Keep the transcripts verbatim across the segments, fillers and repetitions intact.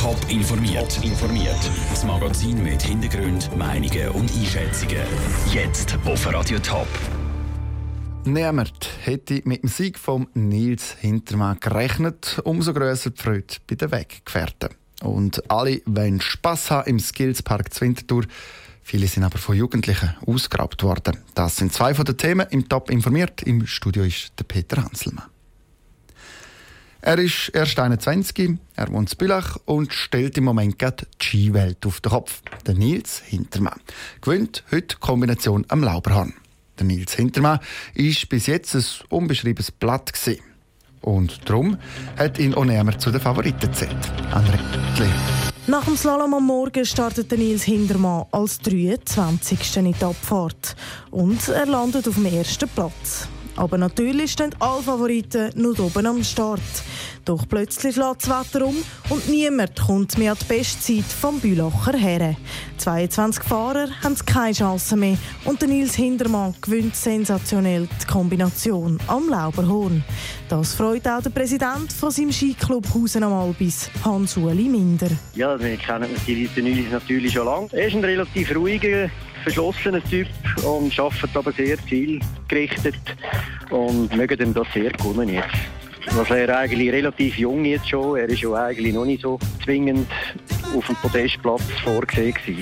Top informiert. informiert. Das Magazin mit Hintergrund, Meinungen und Einschätzungen. Jetzt auf Radio Top. Niemand hätte mit dem Sieg von Nils Hintermann gerechnet. Umso grösser die Freude bei den Weggefährten. Und alle wollen Spass haben im Skillspark zu Winterthur. Viele sind aber von Jugendlichen ausgeraubt worden. Das sind zwei von den Themen im Top informiert. Im Studio ist der Peter Hanselmann. Er ist erst einundzwanzig, er wohnt in Bülach und stellt im Moment gerade die Skiwelt auf den Kopf. Der Nils Hintermann gewinnt heute die Kombination am Lauberhorn. Der Nils Hintermann war bis jetzt ein unbeschriebenes Blatt gewesen. Und darum hat ihn auch niemand zu den Favoriten gezählt. Nach dem Slalom am Morgen startet Nils Hintermann als dreiundzwanzigster in die Abfahrt. Und er landet auf dem ersten Platz. Aber natürlich stehen alle Favoriten nur oben am Start. Doch plötzlich schlägt das Wetter um und niemand kommt mehr an die Bestzeit vom Bülacher her. zweiundzwanzig Fahrer haben keine Chance mehr und der Nils Hintermann gewinnt sensationell die Kombination am Lauberhorn. Das freut auch der Präsident von seinem Skiclub Hausen am Albis, Hans-Uli Minder. Ja, wir kennen den Nils natürlich schon lange. Er ist ein relativ ruhiger, verschlossener Typ und arbeitet aber sehr zielgerichtet und mögen ihm das sehr gewonnen jetzt. Also er eigentlich relativ jung jetzt schon, er ist ja eigentlich noch nicht so zwingend auf dem Podestplatz vorgesehen gewesen.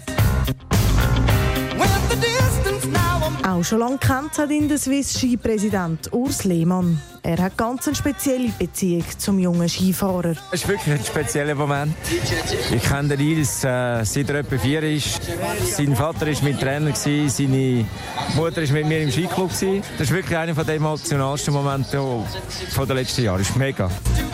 Auch schon lange kennt hat ihn der Swiss Ski-Präsident Urs Lehmann. Er hat ganz eine spezielle Beziehung zum jungen Skifahrer. Es ist wirklich ein spezieller Moment. Ich kenne den Nils, äh, seit er etwa vier ist. Sein Vater war mein Trainer, seine Mutter war mit mir im Skiclub. Das ist wirklich einer der emotionalsten Momente der letzten Jahre. Das ist mega.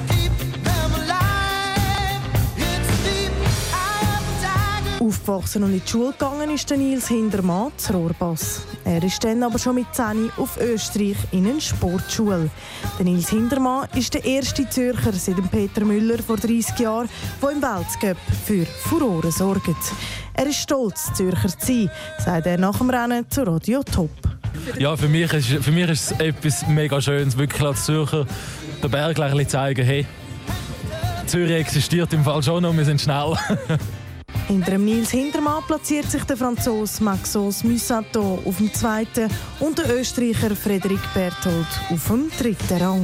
Aufgewachsen und in die Schule gegangen ist der Nils Hintermann zu Rohrbass. Er ist dann aber schon mit zehn auf Österreich in eine Sportschule. Der Nils Hintermann ist der erste Zürcher seit dem Peter Müller vor dreissig Jahren, der im Weltcup für Furore sorgt. Er ist stolz, Zürcher zu sein, sagt er nach dem Rennen zu Radio Top. Ja, für mich ist, für mich ist es etwas mega Schönes, wirklich als Zürcher den Berg ein bisschen zeigen, hey, Zürich existiert im Fall schon und wir sind schnell. Hinter dem Nils Hintermann platziert sich der Franzose Maxence Mussato auf dem zweiten und der Österreicher Frederik Berthold auf dem dritten Rang.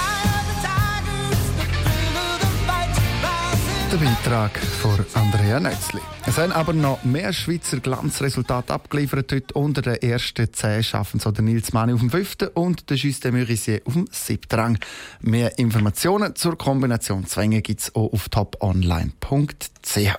Der Beitrag von Andrea Nötzli. Es haben aber noch mehr Schweizer Glanzresultate abgeliefert heute. Unter den ersten zehn schaffen so der Nils Mani auf dem fünften und der Justin de Murisier auf dem siebten Rang. Mehr Informationen zur Kombination Zwänge gibt es auch auf toponline punkt c h.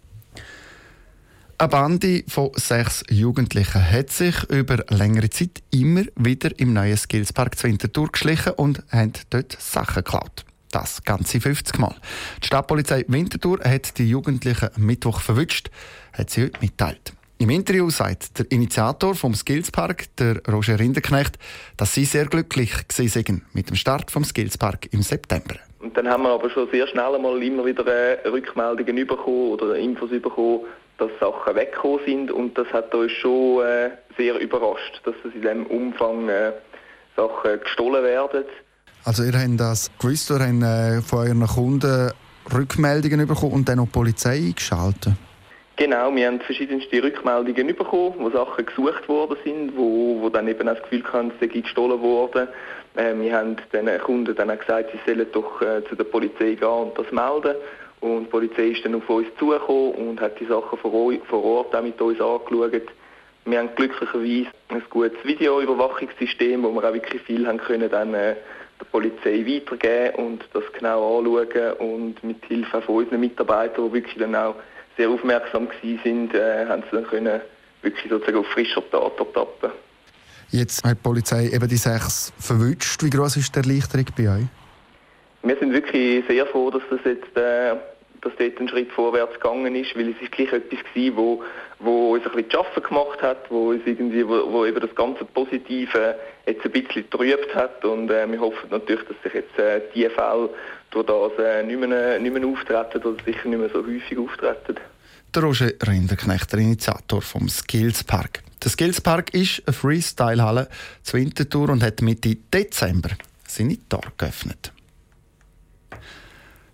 Eine Bande von sechs Jugendlichen hat sich über längere Zeit immer wieder im neuen Skillspark zu Winterthur geschlichen und haben dort Sachen geklaut. Das ganze fünfzig Mal. Die Stadtpolizei Winterthur hat die Jugendlichen am Mittwoch verwünscht, hat sie heute mitteilt. Im Interview sagt der Initiator vom Skillspark, der Roger Rinderknecht, dass sie sehr glücklich waren mit dem Start vom Skillspark im September. Und dann haben wir aber schon sehr schnell einmal immer wieder äh, Rückmeldungen bekommen oder Infos bekommen, dass Sachen weggekommen sind, und das hat uns schon äh, sehr überrascht, dass in diesem Umfang äh, Sachen gestohlen werden. Also ihr habt das gewusst, ihr habt äh, von euren Kunden Rückmeldungen bekommen und dann auch die Polizei eingeschaltet? Genau, wir haben verschiedenste Rückmeldungen bekommen, wo Sachen gesucht worden sind, wo, wo dann eben auch das Gefühl hatten, es sei gestohlen worden. Äh, wir haben den Kunden dann auch gesagt, sie sollen doch äh, zu der Polizei gehen und das melden. Und die Polizei ist dann auf uns zugekommen und hat die Sachen vor, vor Ort auch mit uns angeschaut. Wir haben glücklicherweise ein gutes Videoüberwachungssystem, wo wir auch wirklich viel haben können, dann, äh, der Polizei weitergeben und das genau anschauen. Und mit Hilfe von unseren Mitarbeitern, die wirklich dann auch sehr aufmerksam waren, äh, haben sie dann können wirklich sozusagen auf frischer Tat ertappen. Jetzt hat die Polizei eben die sechs verwünscht. Wie gross ist die Erleichterung bei euch? Wir sind wirklich sehr froh, dass das jetzt äh, dass dort ein Schritt vorwärts gegangen ist, weil es ist gleich etwas war, wo, wo uns ein bisschen zu schaffen gemacht hat, wo uns irgendwie, wo, wo eben das ganze Positive jetzt ein bisschen getrübt hat, und äh, wir hoffen natürlich, dass sich jetzt äh, diese Fälle durch das äh, nicht mehr, nicht mehr auftreten oder sicher nicht mehr so häufig auftreten. Der Roger Rinderknecht, der Initiator vom Skillspark. Der Skillspark ist eine Freestyle-Halle zu Winterthur und hat Mitte Dezember seine Tore geöffnet.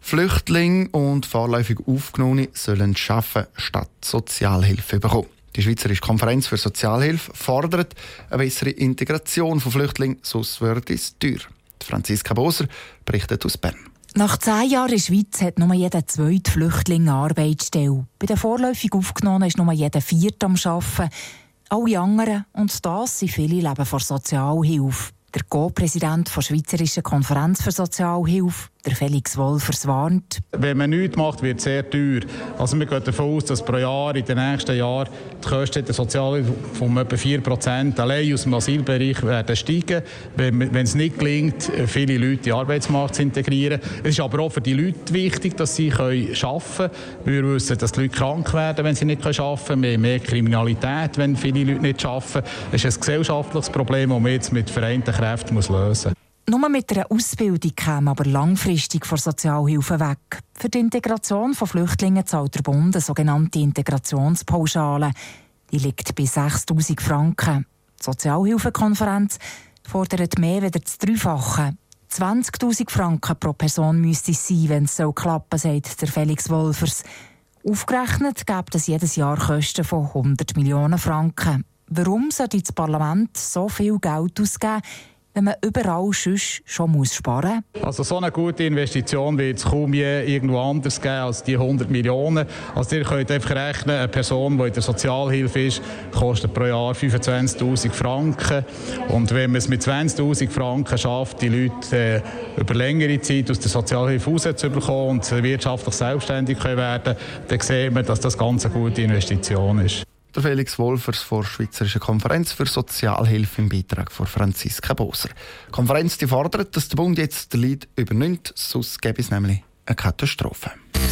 Flüchtlinge und vorläufig Aufgenommene sollen arbeiten statt Sozialhilfe bekommen. Die Schweizerische Konferenz für Sozialhilfe fordert eine bessere Integration von Flüchtlingen, sonst wird es teuer. Franziska Boser berichtet aus Bern. Nach zehn Jahren in der Schweiz hat nur jeder zweite Flüchtling eine Arbeitsstelle. Bei den vorläufig Aufgenommenen ist nur jeder vierte am Arbeiten. Alle anderen, und das sind viele, leben von Sozialhilfe. Der Co-Präsident der Schweizerischen Konferenz für Sozialhilfe, der Felix Wolfers, warnt. Wenn man nichts macht, wird es sehr teuer. Also wir gehen davon aus, dass pro Jahr in den nächsten Jahren die Kosten der Sozialhilfe um etwa vier Prozent allein aus dem Asylbereich werden steigen, wenn, wenn es nicht gelingt, viele Leute in den Arbeitsmarkt zu integrieren. Es ist aber auch für die Leute wichtig, dass sie arbeiten können. Wir wissen, dass die Leute krank werden, wenn sie nicht arbeiten können. Wir haben mehr Kriminalität, wenn viele Leute nicht arbeiten. Es ist ein gesellschaftliches Problem, das man jetzt mit vereinten Kräften lösen muss. Nur mit einer Ausbildung käme aber langfristig von Sozialhilfe weg. Für die Integration von Flüchtlingen zahlt der Bund eine sogenannte Integrationspauschale. Die liegt bei sechstausend Franken. Die Sozialhilfekonferenz fordert mehr als das Dreifache. zwanzigtausend Franken pro Person müsste es sein, wenn es so klappen, sagt der Felix Wolfers. Aufgerechnet gibt es jedes Jahr Kosten von hundert Millionen Franken. Warum sollte das Parlament so viel Geld ausgeben, wenn man überall sonst schon muss sparen muss? Also so eine gute Investition wird es kaum je irgendwo anders geben als die hundert Millionen. Also ihr könnt einfach rechnen, eine Person, die in der Sozialhilfe ist, kostet pro Jahr fünfundzwanzigtausend Franken. Und wenn man es mit zwanzigtausend Franken schafft, die Leute äh, über längere Zeit aus der Sozialhilfe rauszubekommen und wirtschaftlich selbstständig werden können, dann sieht man, dass das ganz eine gute Investition ist. Der Felix Wolfers von der Schweizerischen Konferenz für Sozialhilfe im Beitrag von Franziska Boser. Die Konferenz die fordert, dass der Bund jetzt den Lead übernimmt, sonst gäbe es nämlich eine Katastrophe.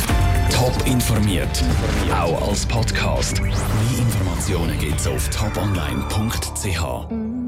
Top informiert, auch als Podcast. Mehr Informationen gibt es auf top online punkt c h.